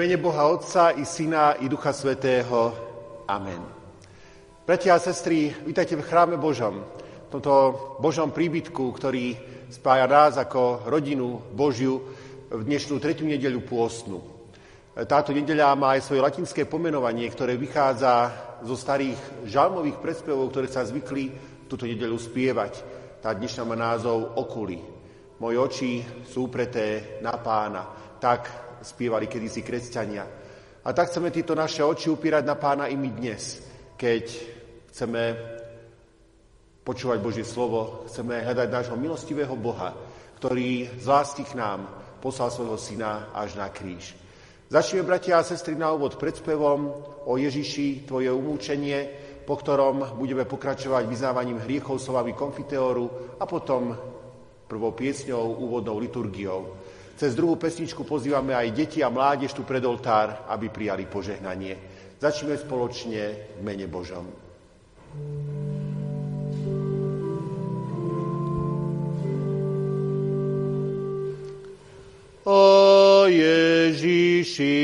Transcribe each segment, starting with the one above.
mene Boha Otca i Syna i Ducha Svätého. Amen. Bratia a sestry, vítajte v chráme Božom, v tomto Božom príbytku, ktorý spája nás ako rodinu Božiu v dnešnú 3. nedeľu pôstnu. Táto nedeľa má aj svoje latinské pomenovanie, ktoré vychádza zo starých žalmových prespevov, ktoré sa zvykli túto nedeľu spievať. Tá dnešná má názov Okuli. Moje oči sú upreté na Pána. Tak spievali kedysi kresťania. A tak chceme tieto naše oči upírať na Pána i my dnes, keď chceme počúvať Božie slovo, chceme hľadať nášho milostivého Boha, ktorý z lásky k nám poslal svojho Syna až na kríž. Začneme, bratia a sestry, na úvod predspevom o Ježiši, tvoje umúčenie, po ktorom budeme pokračovať vyznávaním hriechov slovami konfiteóru a potom prvou piesňou, úvodnou liturgiou. Cez druhú pesničku pozývame aj deti a mládež tu pred oltár, aby prijali požehnanie. Začneme spoločne v mene Božom. O Ježiši,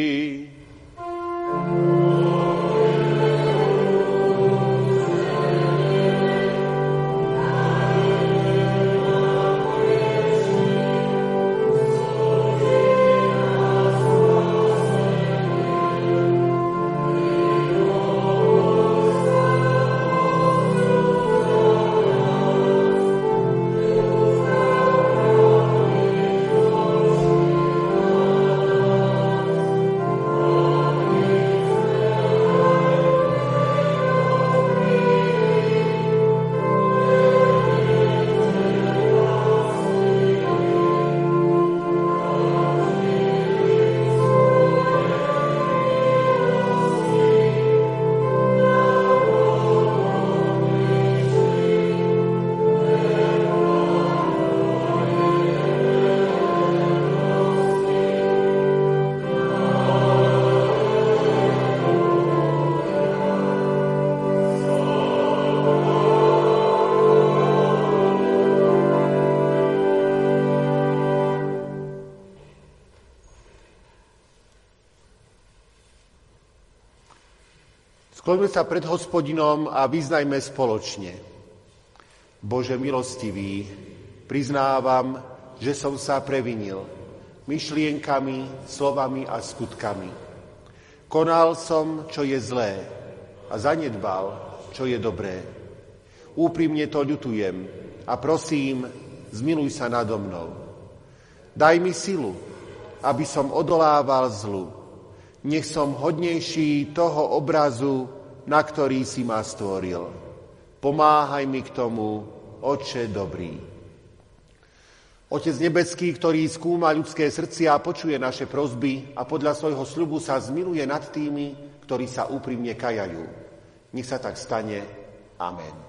skloňme sa pred Hospodinom a vyznajme spoločne. Bože milostivý, priznávam, že som sa previnil myšlienkami, slovami a skutkami. Konal som, čo je zlé a zanedbal, čo je dobré. Úprimne to ľutujem a prosím, zmiluj sa nado mnou. Daj mi silu, aby som odolával zlu. Nech som hodnejší toho obrazu, na ktorý si ma stvoril. Pomáhaj mi k tomu, Otče dobrý. Otec nebeský, ktorý skúma ľudské srdcia a počuje naše prosby a podľa svojho sľubu sa zmiluje nad tými, ktorí sa úprimne kajajú. Nech sa tak stane. Amen.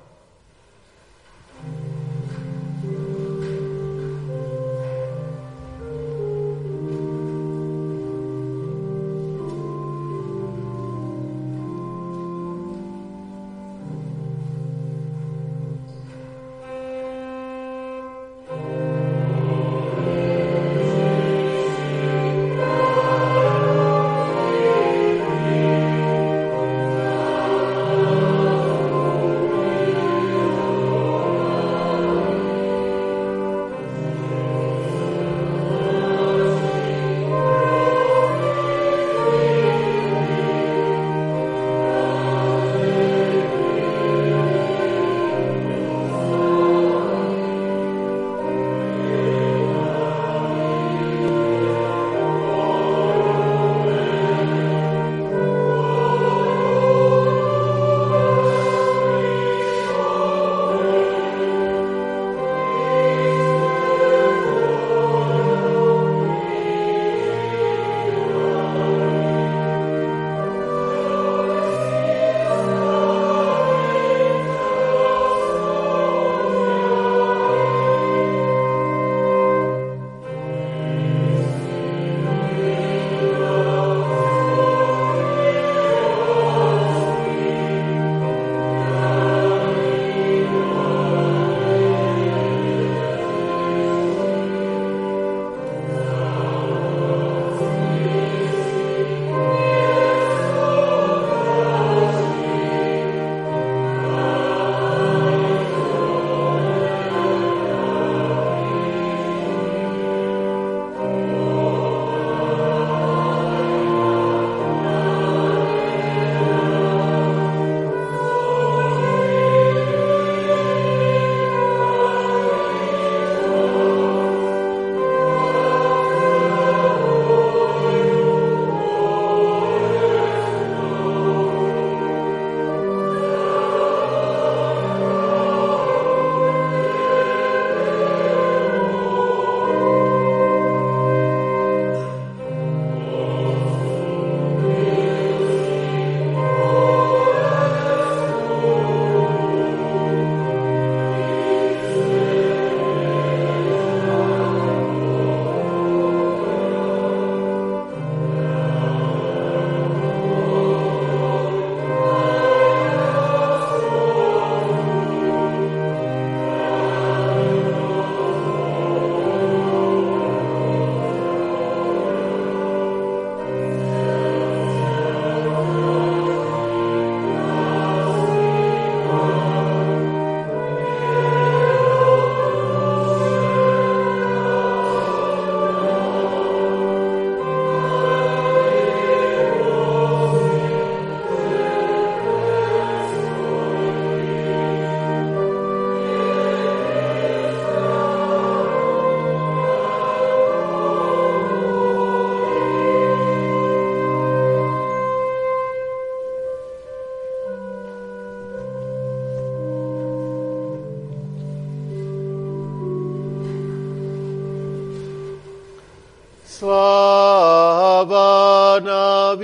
Sláva na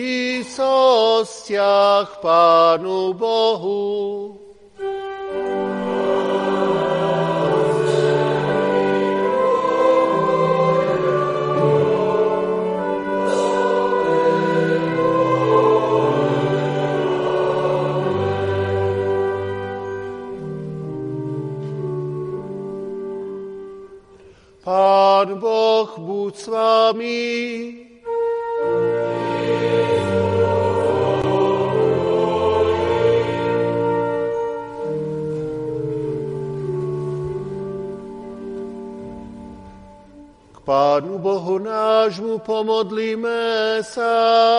výsostiach Pánu Bohu. Pán Boh buď s vámi. K Pánu Bohu nášmu pomodlíme sa.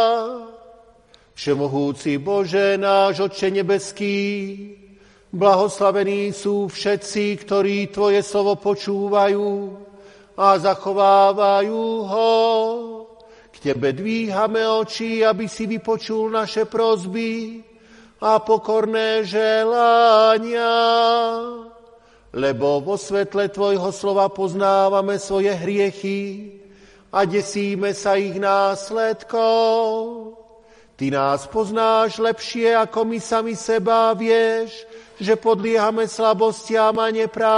Všemohúci Bože, náš Otče nebeský, blahoslavení sú všetci, ktorí Tvoje slovo počúvajú a zachovávajú ho. K Tebe dvíhame oči, aby si vypočul naše prosby a pokorné želania. Lebo vo svetle Tvojho slova poznávame svoje hriechy a desíme sa ich následkov. Ty nás poznáš lepšie ako my sami seba, vieš, že podliehame slabostiam a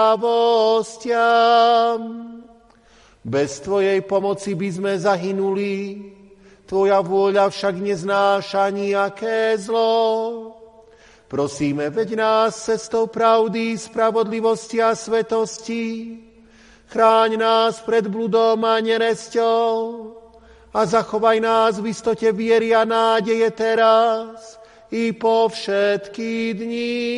neprávostiam. Bez Tvojej pomoci by sme zahynuli, Tvoja vôľa však neznáša nijaké zlo. Prosíme, veď nás cestou pravdy, spravodlivosti a svetosti. Chráň nás pred bludom a neresťou a zachovaj nás v istote viery a nádeje teraz i po všetky dni.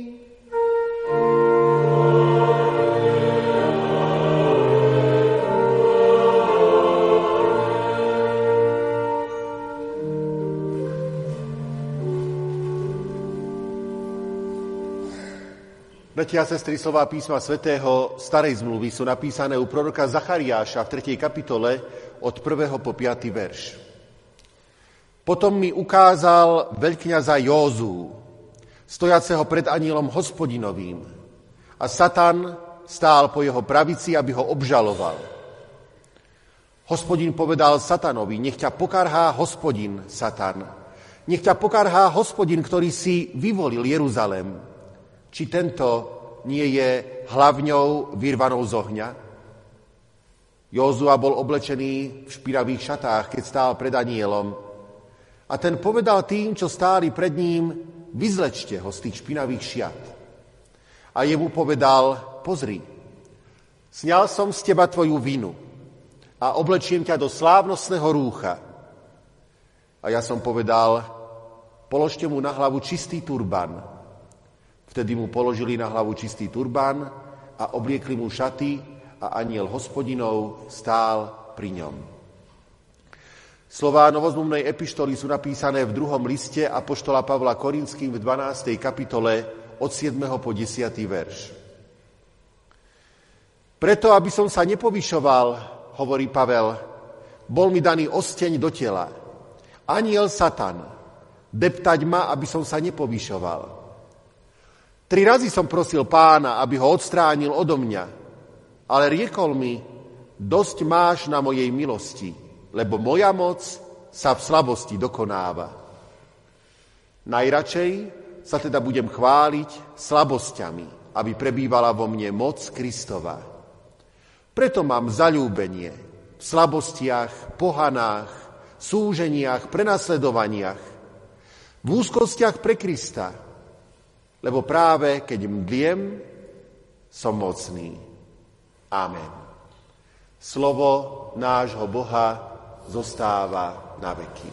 Bratia a sestry, slová písma svätého Starej zmluvy sú napísané u proroka Zachariáša v 3. kapitole od 1. po 5. verš. Potom mi ukázal veľkňaza Józu, stojaceho pred anielom Hospodinovým, a Satan stál po jeho pravici, aby ho obžaloval. Hospodin povedal Satanovi: nech ťa pokarhá Hospodin, Satan. Nech ťa pokarhá Hospodin, ktorý si vyvolil Jeruzalém. Či tento nie je hlavňou vyrvanou z ohňa? Józua bol oblečený v špinavých šatách, keď stál pred anielom. A ten povedal tým, čo stáli pred ním: vyzlečte ho z tých špinavých šiat. A jemu povedal: pozri, sňal som z teba tvoju vinu a oblečiem ťa do slávnostného rúcha. A ja som povedal: položte mu na hlavu čistý turban. Vtedy mu položili na hlavu čistý turban a obliekli mu šaty a aniel Hospodinov stál pri ňom. Slová novozmluvnej epištoly sú napísané v 2. liste apoštola Pavla Korinským v 12. kapitole od 7. po 10. verš. Preto, aby som sa nepovyšoval, hovorí Pavel, bol mi daný osteň do tela. Aniel Satan, deptať ma, aby som sa nepovyšoval. 3 razy som prosil Pána, aby ho odstránil odo mňa, ale riekol mi: dosť máš na mojej milosti, lebo moja moc sa v slabosti dokonáva. Najradšej sa teda budem chváliť slabosťami, aby prebývala vo mne moc Kristova. Preto mám zaľúbenie v slabostiach, pohanách, súženiach, prenasledovaniach, v úzkostiach pre Krista, lebo práve keď mdliem, som mocný. Amen. Slovo nášho Boha zostáva na veky.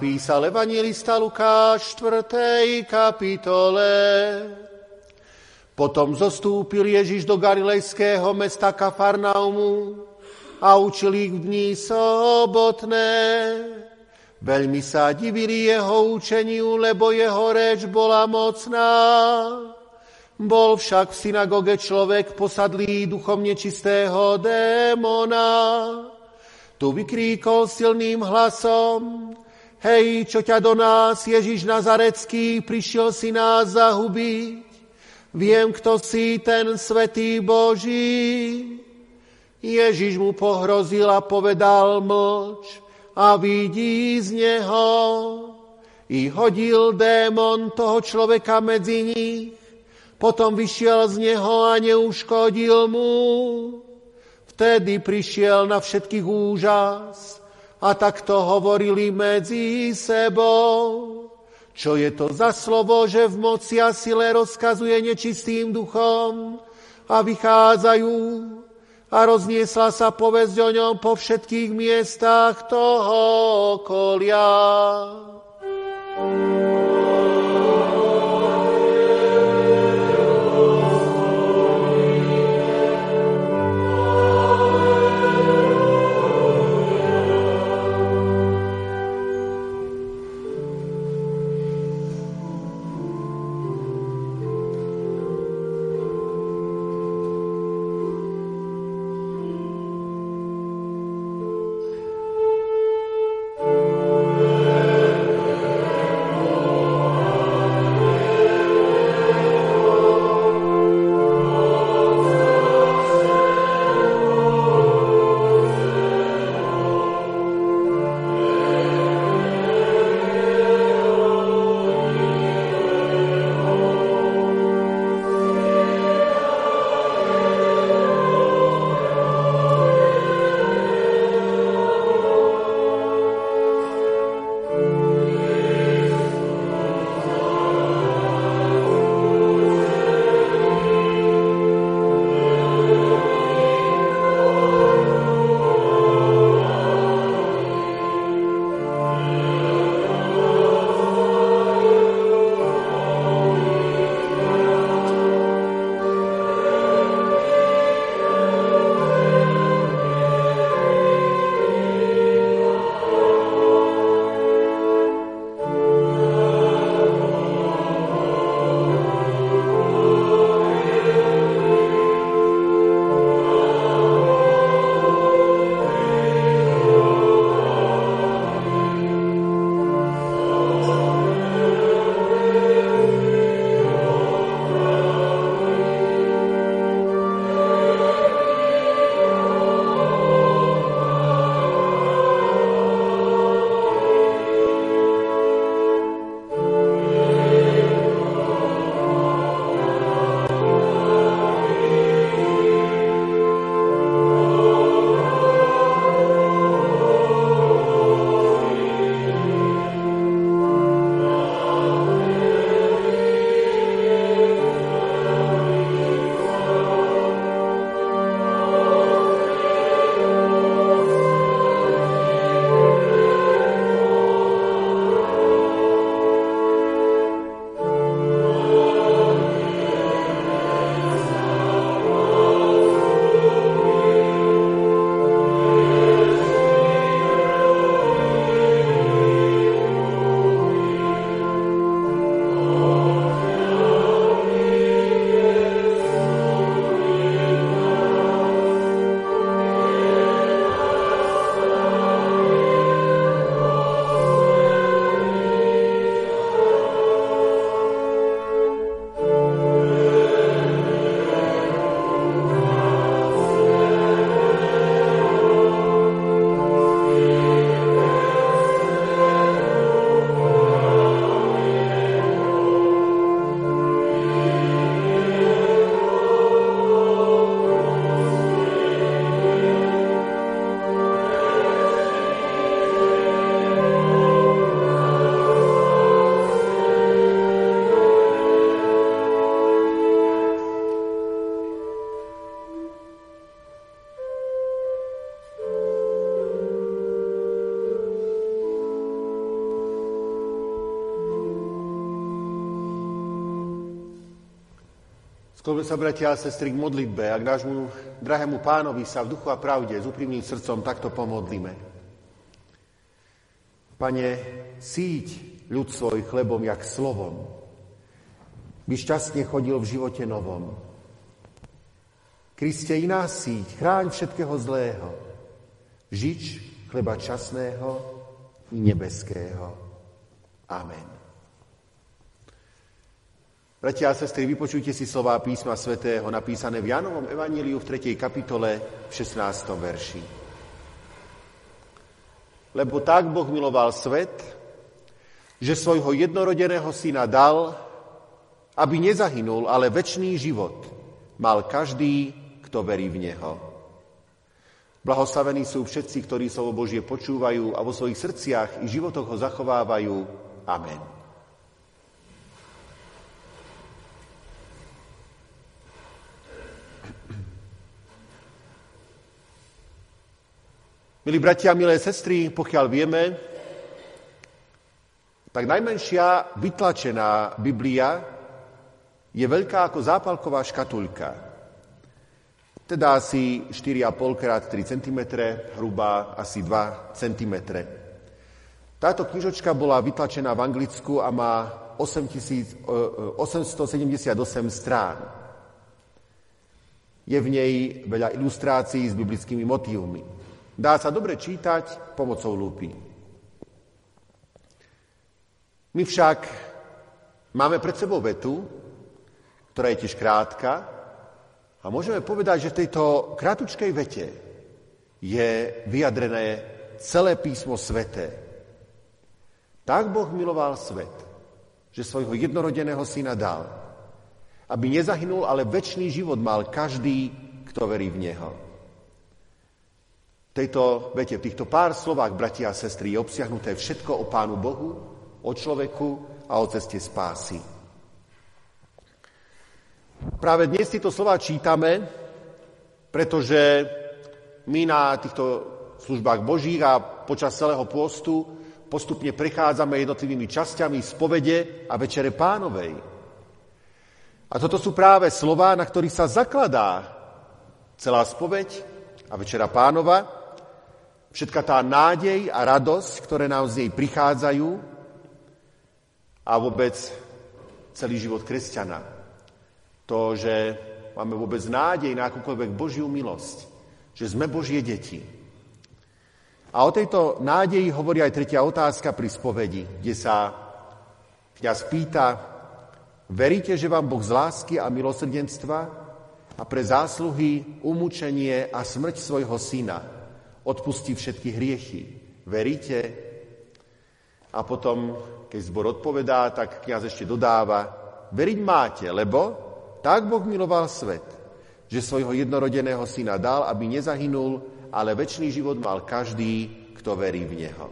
napísal evanjelista Lukáš v 4. kapitole. Potom zostúpil Ježiš do galilejského mesta Kafarnaumu a učil ich v dni sobotné. Veľmi sa divili jeho učeniu, lebo jeho reč bola mocná. Bol však v synagóge človek posadlý duchom nečistého démona. Tu vykríkol silným hlasom: Hej, čo ťa do nás, Ježiš Nazarecký, prišiel si nás zahubiť? Viem, kto si, ten svätý Boží. Ježiš mu pohrozil a povedal: Mlč a vidí z neho. I hodil démon toho človeka medzi nich. Potom vyšiel z neho a neuškodil mu. Vtedy prišiel na všetkých úžas a takto hovorili medzi sebou. Čo je to za slovo, že v moci a sile rozkazuje nečistým duchom a vychádzajú? A rozniesla sa povesť o ňom po všetkých miestach toho okolia. Skloňme sa, bratia a sestry, k modlitbe a k nášmu drahému Pánovi sa v duchu a pravde s úprimným srdcom takto pomodlíme. Pane, síť ľud svoj chlebom jak slovom, by šťastne chodil v živote novom. Kriste, i nás síť, chráň všetkého zlého, žič chleba časného i nebeského. Amen. Bratia a sestry, vypočujte si slová písma svätého napísané v Jánovom evaníliu v 3. kapitole v 16. verši. Lebo tak Boh miloval svet, že svojho jednorodeného syna dal, aby nezahynul, ale večný život mal každý, kto verí v Neho. Blahoslavení sú všetci, ktorí slovo Božie počúvajú a vo svojich srdciach i životoch ho zachovávajú. Amen. Milí bratia, milé sestry, pokiaľ vieme, tak najmenšia vytlačená Biblia je veľká ako zápalková škatuľka. Teda asi 4,5 x 3 cm, hrubá asi 2 cm. Táto knižočka bola vytlačená v Anglicku a má 878 strán. Je v nej veľa ilustrácií s biblickými motívmi. Dá sa dobre čítať pomocou lupy. My však máme pred sebou vetu, ktorá je tiež krátka a môžeme povedať, že v tejto krátučkej vete je vyjadrené celé písmo sväté. Tak Boh miloval svet, že svojho jednorodeného syna dal, aby nezahynul, ale večný život mal každý, kto verí v Neho. V tejto vete, v týchto pár slovách, bratia a sestry, je obsiahnuté všetko o Pánu Bohu, o človeku a o ceste spásy. Práve dnes tieto slová čítame, pretože my na týchto službách Božích a počas celého pôstu postupne prechádzame jednotlivými časťami spovede a Večere Pánovej. A toto sú práve slová, na ktorých sa zakladá celá spoveď a Večera Pánova, všetka tá nádej a radosť, ktoré nám z nej prichádzajú a vôbec celý život kresťana. To, že máme vôbec nádej na akúkoľvek Božiu milosť, že sme Božie deti. A o tejto nádeji hovorí aj tretia otázka pri spovedi, kde sa kňaz pýta: veríte, že vám Boh z lásky a milosrdenstva a pre zásluhy, umúčenie a smrť svojho syna odpustí všetky hriechy? Veríte? A potom, keď zbor odpovedá, tak kňaz ešte dodáva: veriť máte, lebo tak Boh miloval svet, že svojho jednorodeného syna dal, aby nezahynul, ale večný život mal každý, kto verí v Neho.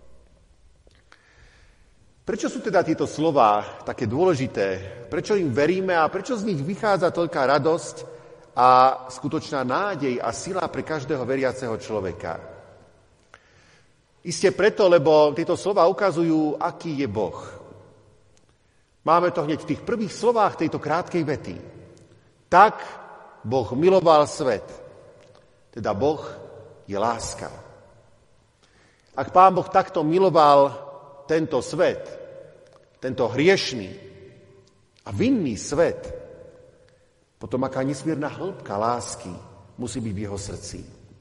Prečo sú teda tieto slová také dôležité? Prečo im veríme a prečo z nich vychádza toľká radosť a skutočná nádej a sila pre každého veriaceho človeka? Isté preto, lebo tieto slová ukazujú, aký je Boh. Máme to hneď v tých prvých slovách tejto krátkej vety. Tak Boh miloval svet. Teda Boh je láska. Ak Pán Boh takto miloval tento svet, tento hriešný a vinný svet, potom aká nesmierna hĺbka lásky musí byť v jeho srdci.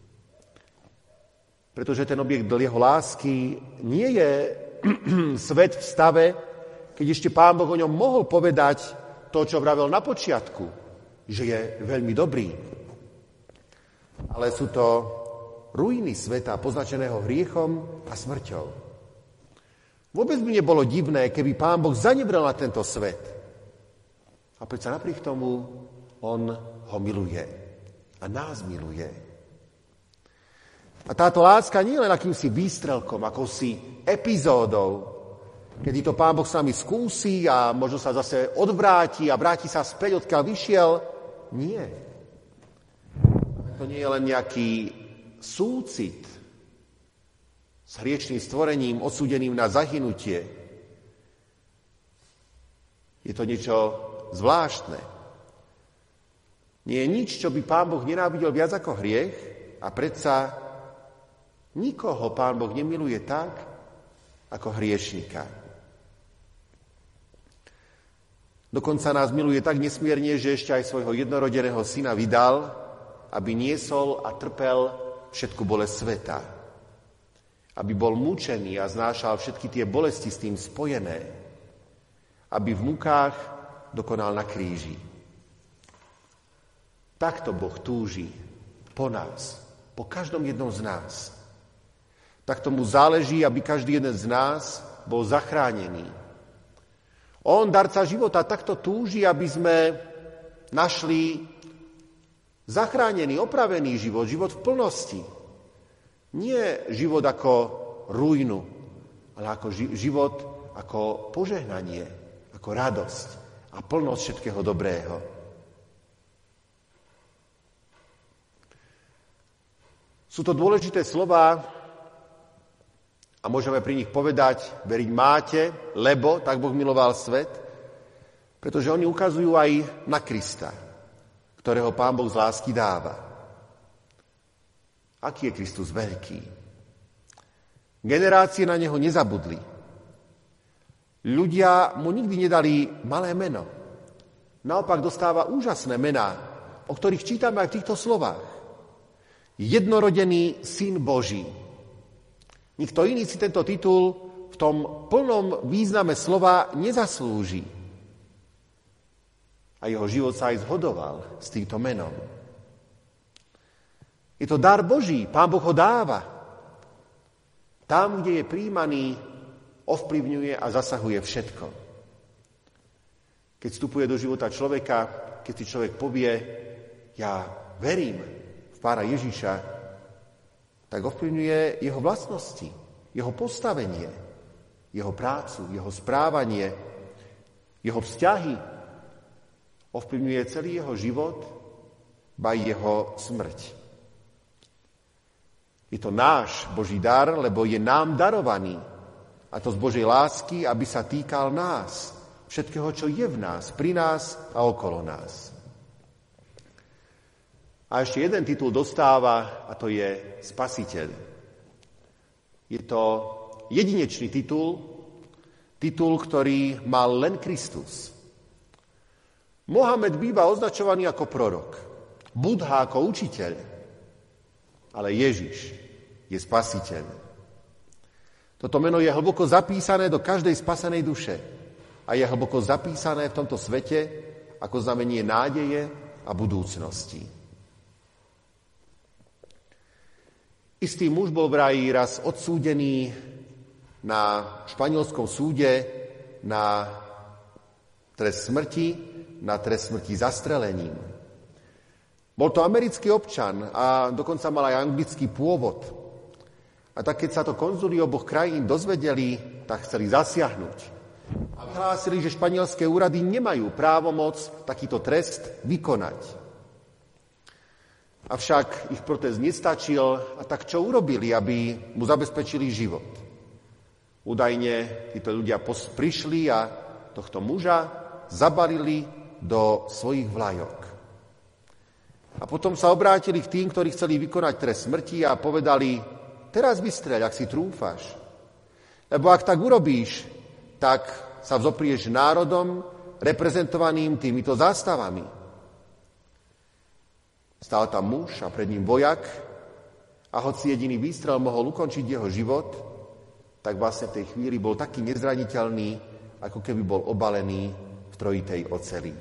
Pretože ten objekt jeho lásky nie je svet v stave, keď ešte Pán Boh o ňom mohol povedať to, čo vravel na počiatku, že je veľmi dobrý. Ale sú to ruiny sveta poznačeného hriechom a smrťou. Vôbec by nebolo divné, keby Pán Boh zanevrel na tento svet. A predsa napriek tomu on ho miluje a nás miluje. A táto láska nie je len akýmsi výstrelkom, akousi epizódou, kedy to Pán Boh s nami skúsi a možno sa zase odvráti a vráti sa späť, odkiaľ vyšiel. Nie. To nie je len nejaký súcit s hriešným stvorením, odsúdeným na zahynutie. Je to niečo zvláštne. Nie je nič, čo by Pán Boh nenávidel viac ako hriech a predsa nikoho Pán Boh nemiluje tak, ako hriešnika. Dokonca nás miluje tak nesmierne, že ešte aj svojho jednorodeného syna vydal, aby niesol a trpel všetku bolesť sveta. Aby bol mučený a znášal všetky tie bolesti s tým spojené. Aby v mukách dokonal na kríži. Takto Boh túži po nás, po každom jednom z nás. Takto mu záleží, aby každý jeden z nás bol zachránený. On, darca života, takto túži, aby sme našli zachránený, opravený život, život v plnosti. Nie život ako ruinu, ale ako život ako požehnanie, ako radosť a plnosť všetkého dobrého. Sú to dôležité slová a môžeme pri nich povedať, veriť máte, lebo tak Boh miloval svet, pretože oni ukazujú aj na Krista, ktorého Pán Boh z lásky dáva. Aký je Kristus veľký? Generácie na neho nezabudli. Ľudia mu nikdy nedali malé meno. Naopak dostáva úžasné mená, o ktorých čítame aj v týchto slovách. Jednorodený Syn Boží. Nikto iný si tento titul v tom plnom význame slova nezaslúži. A jeho život sa aj zhodoval s týmto menom. Je to dar Boží, Pán Boh ho dáva. Tam, kde je prijímaný, ovplyvňuje a zasahuje všetko. Keď vstupuje do života človeka, keď si človek povie, ja verím v Pána Ježiša, tak ovplyvňuje jeho vlastnosti, jeho postavenie, jeho prácu, jeho správanie, jeho vzťahy. Ovplyvňuje celý jeho život, ba jeho smrť. Je to náš Boží dar, lebo je nám darovaný. A to z Božej lásky, aby sa týkal nás, všetkého, čo je v nás, pri nás a okolo nás. A ešte jeden titul dostáva, a to je Spasiteľ. Je to jedinečný titul, ktorý mal len Kristus. Mohamed býva označovaný ako prorok, Budha ako učiteľ, ale Ježiš je Spasiteľ. Toto meno je hlboko zapísané do každej spasenej duše a je hlboko zapísané v tomto svete ako znamenie nádeje a budúcnosti. Istý muž bol vraj raz odsúdený na španielskom súde na trest smrti, na trest smrti zastrelením. Bol to americký občan a dokonca mal aj anglický pôvod. A tak keď sa to konzuli oboch krajín dozvedeli, tak chceli zasiahnuť. A vyhlásili, že španielské úrady nemajú právomoc takýto trest vykonať. Avšak ich protest nestačil a tak čo urobili, aby mu zabezpečili život? Údajne títo ľudia prišli a tohto muža zabalili do svojich vlajok. A potom sa obrátili k tým, ktorí chceli vykonať trest smrti a povedali, teraz vystreľ, ak si trúfaš. Lebo ak tak urobíš, tak sa vzoprieš národom reprezentovaným týmito zástavami. Stál tam muž a pred ním vojak a hoci jediný výstrel mohol ukončiť jeho život, tak vlastne v tej chvíli bol taký nezraniteľný, ako keby bol obalený v trojitej oceli.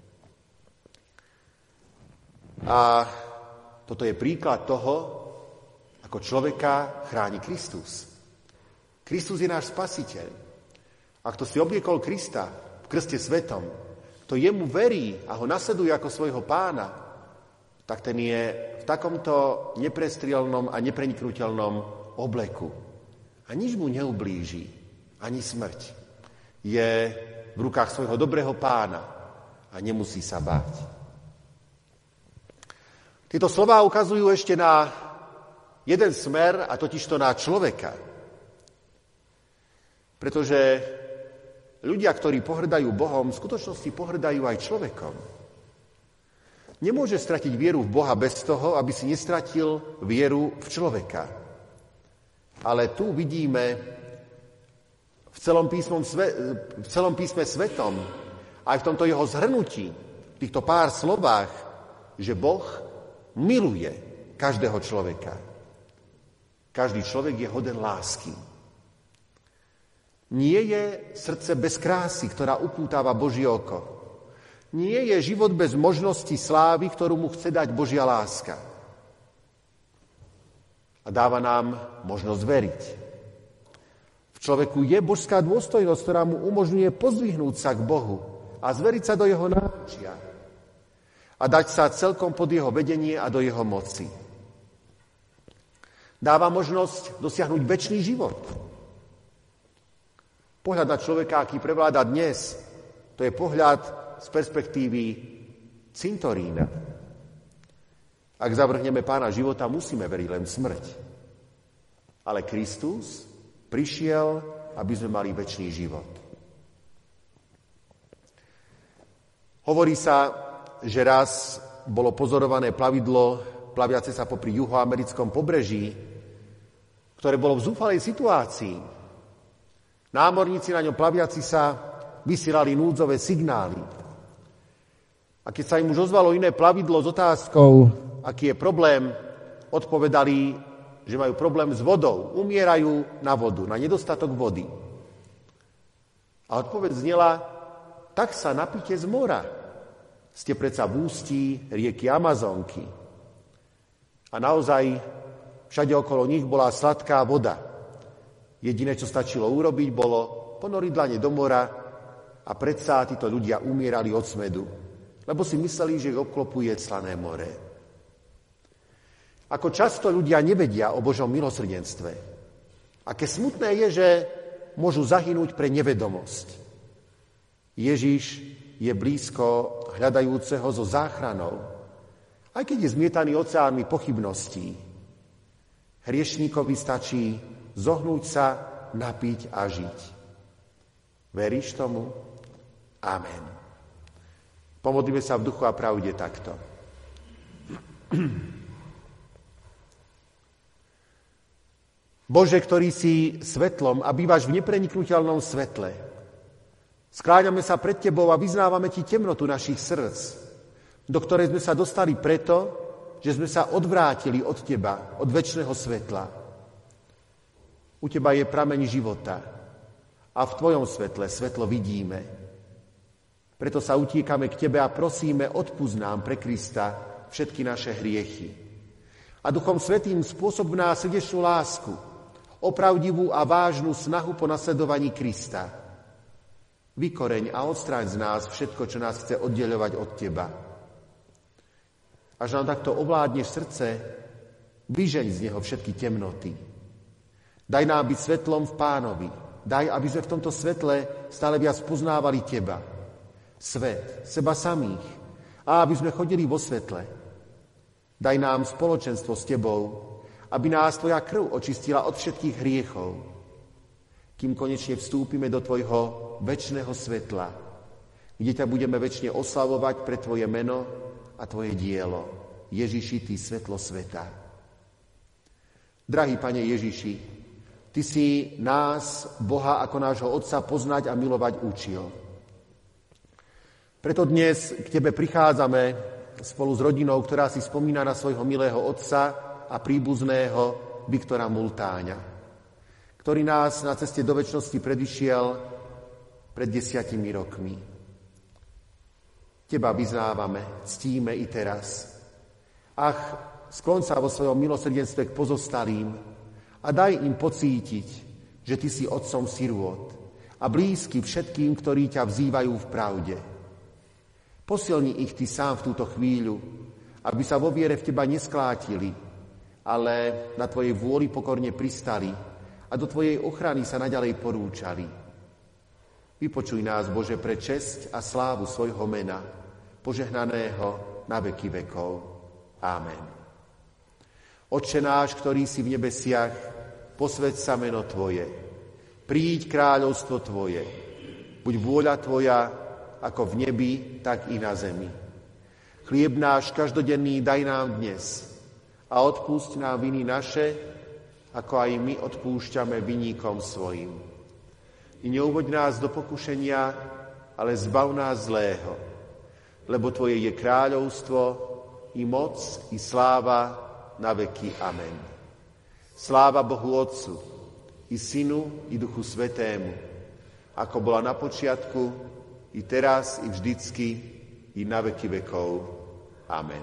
A toto je príklad toho, ako človeka chráni Kristus. Kristus je náš Spasiteľ. A kto si obliekol Krista v krste svetom, kto jemu verí a ho nasleduje ako svojho pána, tak ten je v takomto neprestrielnom a nepreniknutelnom obleku. A nič mu neublíži, ani smrť. Je v rukách svojho dobrého pána a nemusí sa báť. Tieto slová ukazujú ešte na jeden smer, a totižto na človeka. Pretože ľudia, ktorí pohrdajú Bohom, v skutočnosti pohrdajú aj človekom. nemôže stratiť vieru v Boha bez toho, aby si nestratil vieru v človeka. Ale tu vidíme v celom písme svetom, aj v tomto jeho zhrnutí, v týchto pár slovách, že Boh miluje každého človeka. Každý človek je hoden lásky. Nie je srdce bez krásy, ktorá upútava Božie oko. Nie je život bez možnosti slávy, ktorú mu chce dať Božia láska. A dáva nám možnosť veriť. V človeku je božská dôstojnosť, ktorá mu umožňuje pozdvihnúť sa k Bohu a zveriť sa do jeho náručia a dať sa celkom pod jeho vedenie a do jeho moci. Dáva možnosť dosiahnuť večný život. Pohľad na človeka, aký prevláda dnes, to je pohľad z perspektívy cintorína. Ak zavrhneme Pána života, musíme veriť len v smrť. Ale Kristus prišiel, aby sme mali večný život. Hovorí sa, že raz bolo pozorované plavidlo plaviace sa popri juhoamerickom pobreží, ktoré bolo v zúfalej situácii. Námorníci na ňom plaviaci sa vysielali núdzové signály. A keď sa im už ozvalo iné plavidlo s otázkou, aký je problém, odpovedali, že majú problém s vodou. Umierajú na vodu, na nedostatok vody. A odpoveď znela, tak sa napite z mora. Ste predsa v ústí rieky Amazonky. A naozaj všade okolo nich bola sladká voda. Jediné, čo stačilo urobiť, bolo ponoriť dlane do mora a predsa títo ľudia umierali od smedu, lebo si mysleli, že ich obklopuje slané more. Ako často ľudia nevedia o Božom milosrdenstve. Aké smutné je, že môžu zahynúť pre nevedomosť. Ježiš je blízko hľadajúceho so záchranou, aj keď je zmietaný oceánmi pochybností. Hriešníkovi stačí zohnúť sa, napiť a žiť. Veríš tomu? Amen. Pomodlíme sa v duchu a pravde takto. Bože, ktorý si svetlom a bývaš v nepreniknuteľnom svetle, skláňame sa pred Tebou a vyznávame Ti temnotu našich srdc, do ktorej sme sa dostali preto, že sme sa odvrátili od Teba, od večného svetla. U Teba je prameň života a v Tvojom svetle svetlo vidíme. Preto sa utíkame k Tebe a prosíme, odpusť nám pre Krista všetky naše hriechy. A Duchom Svätým spôsob v nás srdečnú lásku, opravdivú a vážnu snahu po nasledovaní Krista. Vykoreň a odstráň z nás všetko, čo nás chce oddeľovať od Teba. Až nám takto ovládneš srdce, vyžeň z neho všetky temnoty. Daj nám byť svetlom v Pánovi. Daj, aby sme v tomto svetle stále viac poznávali Teba, svet, seba samých, a aby sme chodili vo svetle. Daj nám spoločenstvo s Tebou, aby nás Tvoja krv očistila od všetkých hriechov, kým konečne vstúpime do Tvojho večného svetla, kde ťa budeme večne oslavovať pre Tvoje meno a Tvoje dielo. Ježiši, Ty svetlo sveta. Drahý Pane Ježiši, Ty si nás, Boha ako nášho Otca, poznať a milovať učil. Preto dnes k Tebe prichádzame spolu s rodinou, ktorá si spomína na svojho milého otca a príbuzného Viktora Multáňa, ktorý nás na ceste do večnosti predišiel pred 10 rokmi. Teba vyznávame, ctíme i teraz. Ach, skloň sa vo svojom milosrdenstve k pozostalým a daj im pocítiť, že Ty si otcom sirôt a blízky všetkým, ktorí ťa vzývajú v pravde. Posilni ich Ty sám v túto chvíľu, aby sa vo viere v Teba nesklátili, ale na Tvojej vôli pokorne pristali a do Tvojej ochrany sa naďalej porúčali. Vypočuj nás, Bože, pre česť a slávu svojho mena, požehnaného na veky vekov. Amen. Otče náš, ktorý si v nebesiach, posväť sa meno Tvoje. Príď kráľovstvo Tvoje. Buď vôľa Tvoja, ako v nebi, tak i na zemi. Chlieb náš každodenný daj nám dnes a odpúšť nám viny naše, ako aj my odpúšťame viníkom svojim. I neuvoď nás do pokušenia, ale zbav nás zlého, lebo Tvoje je kráľovstvo, i moc, i sláva na veky. Amen. Sláva Bohu Otcu, i Synu, i Duchu Svätému, ako bola na počiatku, i teraz, i vždycky, i na veky vekov. Amen.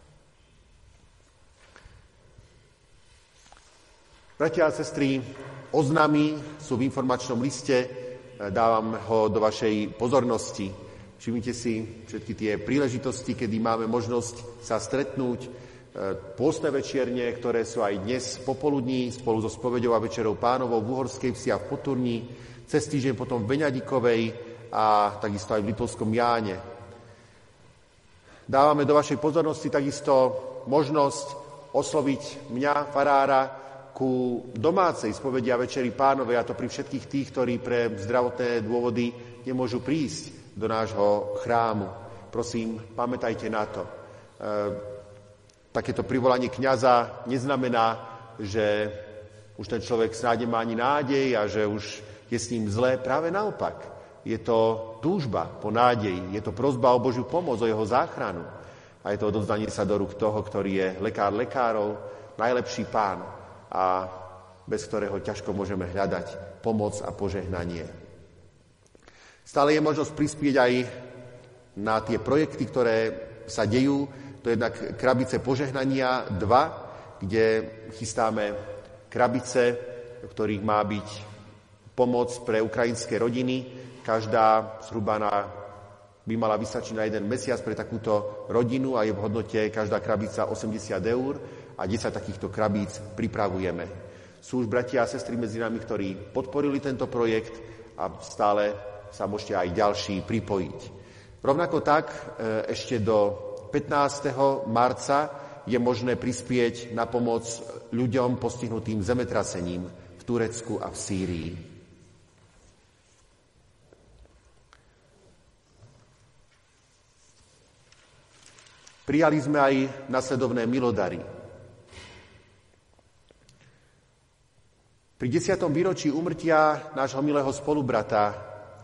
Bratia a sestry, oznámy sú v informačnom liste, dávam ho do vašej pozornosti. Všimnite si všetky tie príležitosti, kedy máme možnosť sa stretnúť, pôstne večierne, ktoré sú aj dnes popoludní, spolu so spoveďou a večerou Pánovou v Uhorskej Vsi a v Poturní, cez týždeň potom v Beňadikovej a takisto aj v Liptovskom Jáne. Dávame do vašej pozornosti takisto možnosť osloviť mňa, farára, ku domácej spovedi a večeri Pánovej, a to pri všetkých tých, ktorí pre zdravotné dôvody nemôžu prísť do nášho chrámu. Prosím, pamätajte na to. Takéto privolanie kňaza neznamená, že už ten človek snáď nemá ani nádej a že už je s ním zlé. Práve naopak. Je to túžba po nádeji, je to prosba o Božiu pomoc, o jeho záchranu. A je to odovzdanie sa do rúk toho, ktorý je lekár lekárov, najlepší Pán, a bez ktorého ťažko môžeme hľadať pomoc a požehnanie. Stále je možnosť prispieť aj na tie projekty, ktoré sa dejú. To je jednak krabice požehnania 2, kde chystáme krabice, v ktorých má byť pomoc pre ukrajinské rodiny. Každá zhruba by mala vystačiť na 1 mesiac pre takúto rodinu a je v hodnote každá krabica 80 eur. A 10 takýchto krabíc pripravujeme. Sú už bratia a sestry medzi nami, ktorí podporili tento projekt a stále sa môžete aj ďalší pripojiť. Rovnako tak ešte do 15. marca je možné prispieť na pomoc ľuďom postihnutým zemetrasením v Turecku a v Sýrii. Prijali sme aj nasledovné milodary. Pri 10. výročí úmrtia nášho milého spolubrata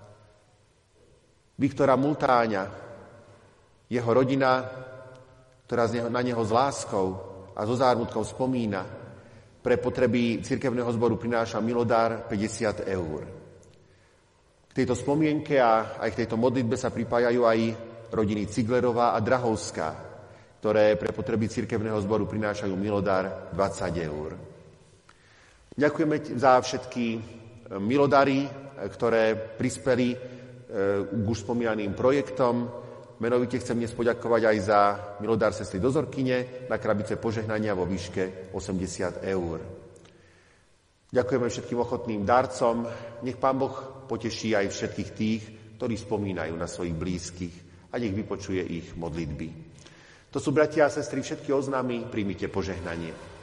Viktora Multáňa, jeho rodina, ktorá na neho s láskou a so zármutkou spomína, pre potreby cirkevného zboru prináša milodár 50 eur. K tejto spomienke a aj k tejto modlitbe sa pripájajú aj rodiny Ciglerová a Drahovská, ktoré pre potreby cirkevného zboru prinášajú milodár 20 eur. Ďakujeme za všetky milodary, ktoré prispeli k už spomínaným projektom. Menovite chcem dnes poďakovať aj za milodár sestry Dozorkyne na krabice požehnania vo výške 80 eur. Ďakujeme všetkým ochotným darcom. Nech Pán Boh poteší aj všetkých tých, ktorí spomínajú na svojich blízkych a nech vypočuje ich modlitby. To sú, bratia a sestry, všetky oznámy, príjmite požehnanie.